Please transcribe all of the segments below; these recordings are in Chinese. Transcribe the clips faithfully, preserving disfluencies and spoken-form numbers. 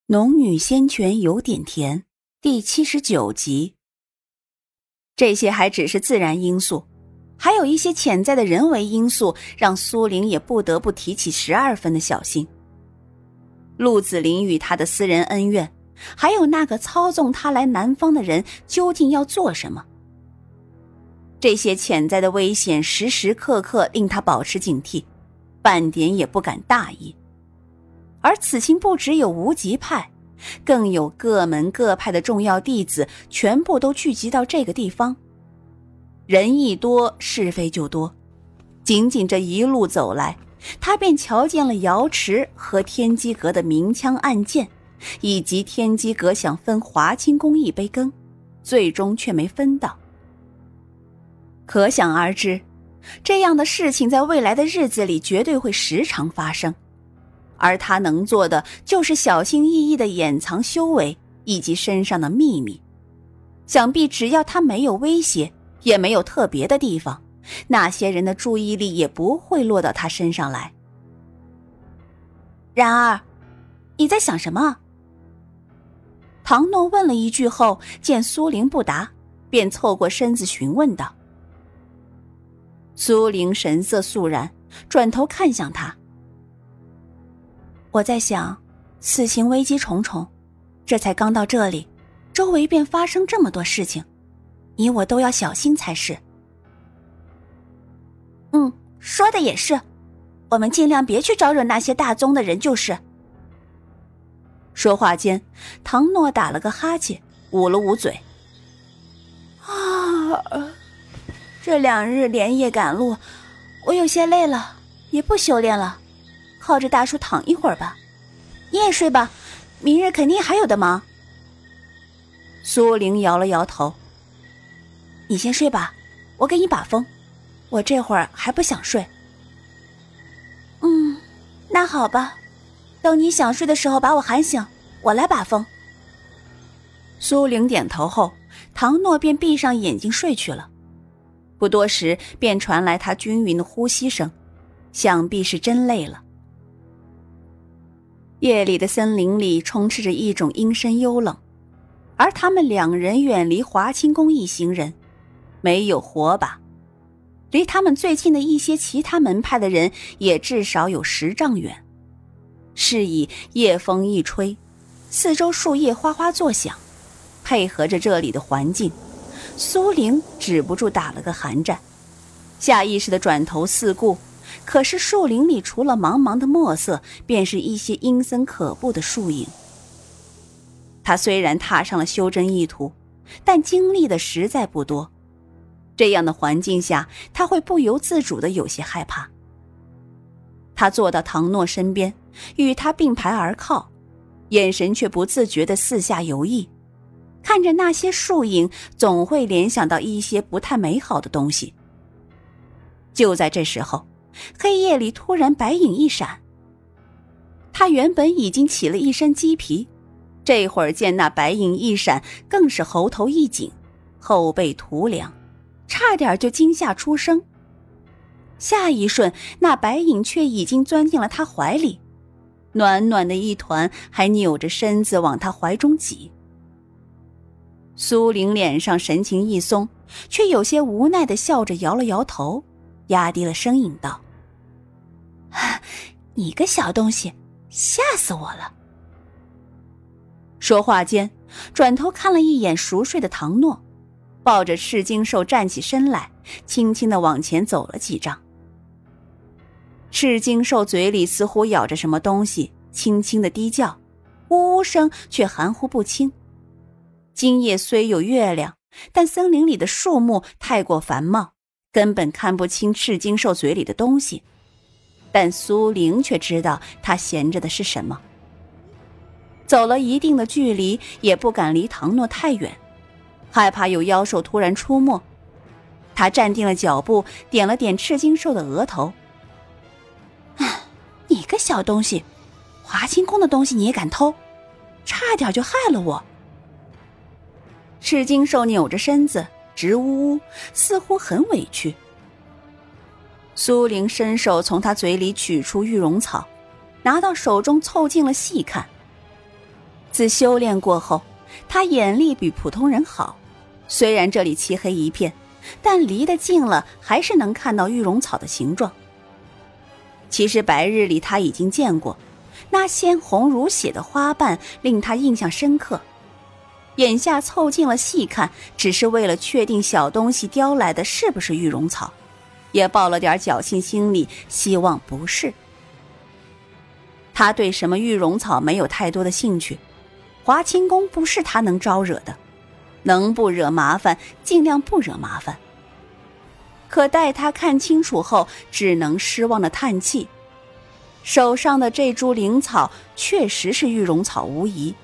农女仙泉有点甜第七十九集。这些还只是自然因素，还有一些潜在的人为因素，让苏玲也不得不提起十二分的小心。陆子霖与他的私人恩怨，还有那个操纵他来南方的人究竟要做什么，这些潜在的危险时时刻刻令他保持警惕，半点也不敢大意。而此情不只有无极派，更有各门各派的重要弟子全部都聚集到这个地方。人一多，是非就多。仅仅这一路走来，他便瞧见了瑶池和天机阁的明枪暗箭，以及天机阁想分华清宫一杯羹，最终却没分到。可想而知，这样的事情在未来的日子里绝对会时常发生。而他能做的就是小心翼翼地掩藏修为以及身上的秘密。想必只要他没有威胁，也没有特别的地方，那些人的注意力也不会落到他身上来。然而，你在想什么？唐诺问了一句后，见苏玲不答，便凑过身子询问道。苏玲神色肃然，转头看向他。我在想，此行危机重重，这才刚到这里，周围便发生这么多事情，你我都要小心才是。嗯，说的也是，我们尽量别去招惹那些大宗的人就是。说话间，唐诺打了个哈欠，捂了捂嘴。啊，这两日连夜赶路，我有些累了，也不修炼了。靠着大树躺一会儿吧，你也睡吧，明日肯定还有的忙。苏玲摇了摇头。你先睡吧，我给你把风，我这会儿还不想睡。嗯，那好吧，等你想睡的时候把我喊醒，我来把风。苏玲点头后，唐诺便闭上眼睛睡去了。不多时便传来他均匀的呼吸声，想必是真累了。夜里的森林里充斥着一种阴森幽冷，而他们两人远离华清宫一行人，没有火把，离他们最近的一些其他门派的人也至少有十丈远。是以夜风一吹，四周树叶哗哗作响，配合着这里的环境，苏玲止不住打了个寒战，下意识地转头四顾。可是树林里除了茫茫的墨色，便是一些阴森可怖的树影。他虽然踏上了修真一途，但经历的实在不多，这样的环境下，他会不由自主的有些害怕。他坐到唐诺身边，与他并排而靠，眼神却不自觉地四下游弋，看着那些树影，总会联想到一些不太美好的东西。就在这时候，黑夜里突然白影一闪，他原本已经起了一身鸡皮，这会儿见那白影一闪，更是喉头一紧，后背突凉，差点就惊吓出声。下一瞬，那白影却已经钻进了他怀里，暖暖的一团，还扭着身子往他怀中挤。苏玲脸上神情一松，却有些无奈地笑着摇了摇头，压低了声音道：你个小东西，吓死我了。说话间，转头看了一眼熟睡的唐诺，抱着赤金兽站起身来，轻轻地往前走了几丈。赤金兽嘴里似乎咬着什么东西，轻轻地低叫，呜呜声却含糊不清。今夜虽有月亮，但森林里的树木太过繁茂，根本看不清赤金兽嘴里的东西。但苏玲却知道他衔着的是什么。走了一定的距离，也不敢离唐诺太远，害怕有妖兽突然出没。他站定了脚步，点了点赤金兽的额头。你个小东西，华清宫的东西你也敢偷，差点就害了我。赤金兽扭着身子直呜呜，似乎很委屈。苏玲伸手从他嘴里取出玉容草，拿到手中凑近了细看。 自修炼过后，他眼力比普通人好，虽然这里漆黑一片，但离得近了还是能看到玉容草的形状。其实白日里他已经见过，那鲜红如血的花瓣令他印象深刻，眼下凑近了细看，只是为了确定小东西叼来的是不是玉容草，也抱了点侥幸心理，希望不是。他对什么玉容草没有太多的兴趣，华清宫不是他能招惹的，能不惹麻烦尽量不惹麻烦。可待他看清楚后，只能失望的叹气，手上的这株灵草确实是玉容草无疑。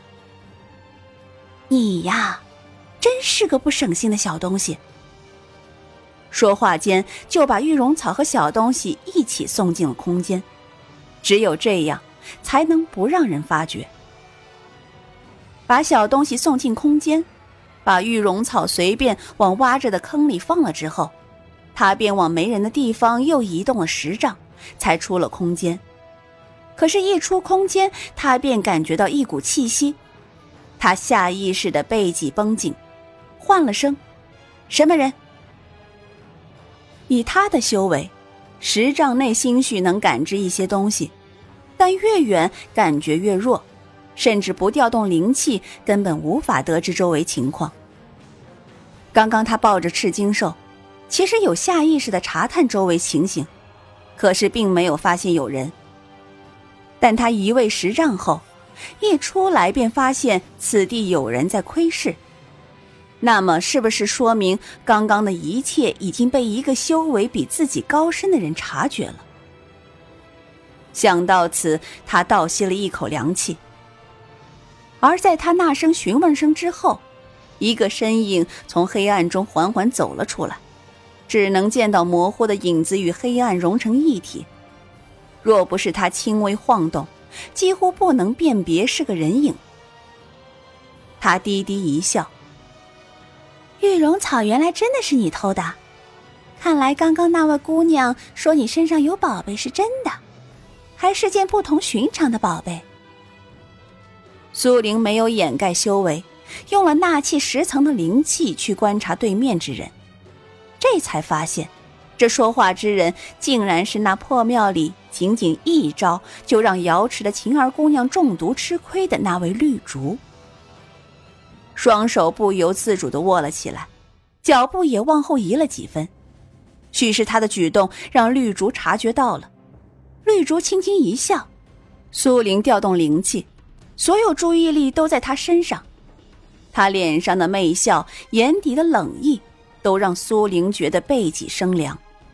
你呀，真是个不省心的小东西。说话间就把玉容草和小东西一起送进了空间，只有这样才能不让人发觉。把小东西送进空间，把玉容草随便往挖着的坑里放了之后，他便往没人的地方又移动了十丈，才出了空间。可是一出空间，他便感觉到一股气息，他下意识地背脊绷紧，唤了声：什么人？以他的修为，十丈内兴许能感知一些东西，但越远感觉越弱，甚至不调动灵气根本无法得知周围情况。刚刚他抱着赤金兽，其实有下意识地查探周围情形，可是并没有发现有人。但他移位十丈后，一出来便发现此地有人在窥视，那么是不是说明刚刚的一切已经被一个修为比自己高深的人察觉了？想到此，他倒吸了一口凉气。而在他那声询问声之后，一个身影从黑暗中缓缓走了出来，只能见到模糊的影子与黑暗融成一体，若不是他轻微晃动，几乎不能辨别是个人影。他低低一笑：玉容草原来真的是你偷的，看来刚刚那位姑娘说你身上有宝贝是真的，还是件不同寻常的宝贝。苏玲没有掩盖修为，用了纳气十层的灵气去观察对面之人，这才发现这说话之人竟然是那破庙里仅仅一招就让瑶池的晴儿姑娘中毒吃亏的那位绿竹。双手不由自主地握了起来，脚步也往后移了几分，许是他的举动让绿竹察觉到了。绿竹轻轻一笑，苏玲调动灵气，所有注意力都在他身上，他脸上的媚笑，眼底的冷意，都让苏玲觉得背脊生凉。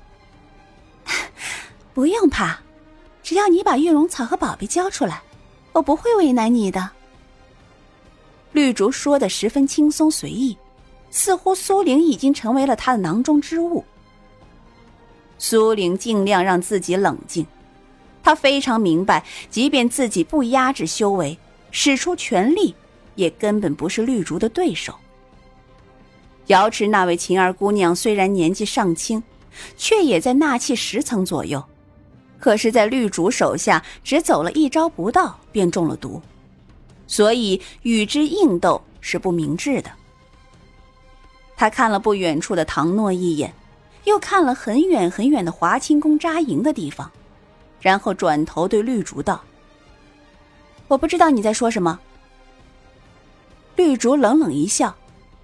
不用怕，只要你把玉容草和宝贝交出来，我不会为难你的。绿竹说得十分轻松随意，似乎苏玲已经成为了他的囊中之物。苏玲尽量让自己冷静，她非常明白，即便自己不压制修为，使出全力，也根本不是绿竹的对手。瑶池那位晴儿姑娘虽然年纪尚轻，却也在纳气十层左右，可是在绿竹手下只走了一招不到便中了毒，所以与之硬斗是不明智的。他看了不远处的唐诺一眼，又看了很远很远的华清宫扎营的地方，然后转头对绿竹道：我不知道你在说什么。绿竹冷冷一笑：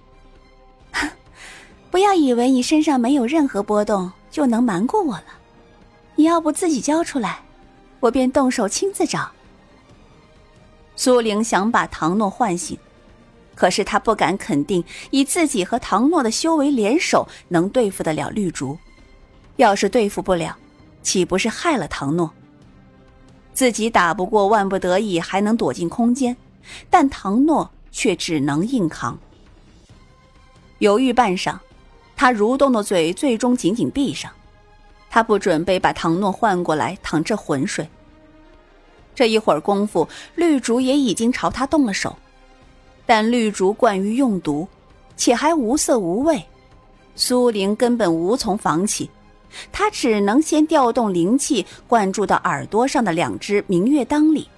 不要以为你身上没有任何波动就能瞒过我了，你要不自己交出来，我便动手亲自找。苏玲想把唐诺唤醒，可是她不敢肯定以自己和唐诺的修为联手能对付得了绿竹，要是对付不了，岂不是害了唐诺？自己打不过，万不得已还能躲进空间，但唐诺却只能硬扛。犹豫半晌，他蠕动的嘴最终紧紧闭上，他不准备把唐诺唤过来淌这浑水。这一会儿功夫，绿竹也已经朝他动了手，但绿竹惯于用毒，且还无色无味，苏玲根本无从防起，他只能先调动灵气灌注到耳朵上的两只明月当里，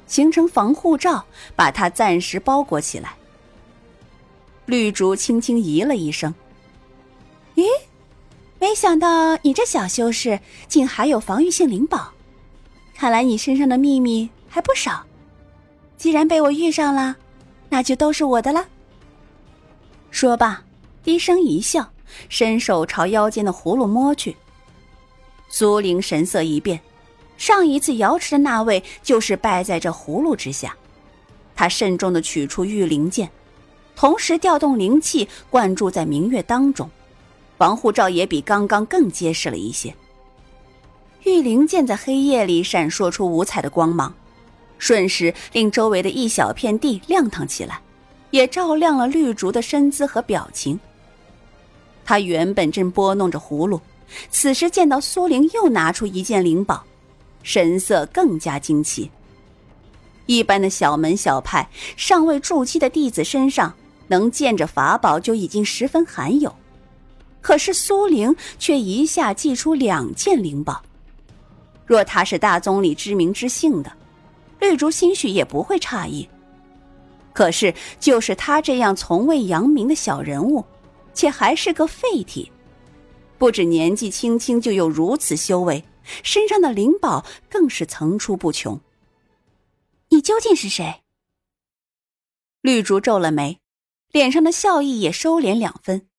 形成防护罩，把他暂时包裹起来。绿竹轻轻咦了一声，咦，没想到你这小修士竟还有防御性灵宝，看来你身上的秘密还不少。既然被我遇上了，那就都是我的了。说罢，低声一笑，伸手朝腰间的葫芦摸去。苏灵神色一变，上一次瑶池的那位就是败在这葫芦之下。他慎重地取出玉灵剑，同时调动灵气灌注在明月当中，防护罩也比刚刚更结实了一些。玉灵剑在黑夜里闪烁出五彩的光芒，瞬时令周围的一小片地亮堂起来，也照亮了绿竹的身姿和表情。他原本正拨弄着葫芦，此时见到苏灵又拿出一件灵宝，神色更加惊奇。一般的小门小派尚未筑基的弟子身上能见着法宝就已经十分罕有，可是苏灵却一下祭出两件灵宝。若他是大宗里知名知姓的，绿竹兴许也不会诧异。可是就是他这样从未扬名的小人物，且还是个废体，不止年纪轻轻就有如此修为，身上的灵宝更是层出不穷。你究竟是谁？绿竹皱了眉，脸上的笑意也收敛两分。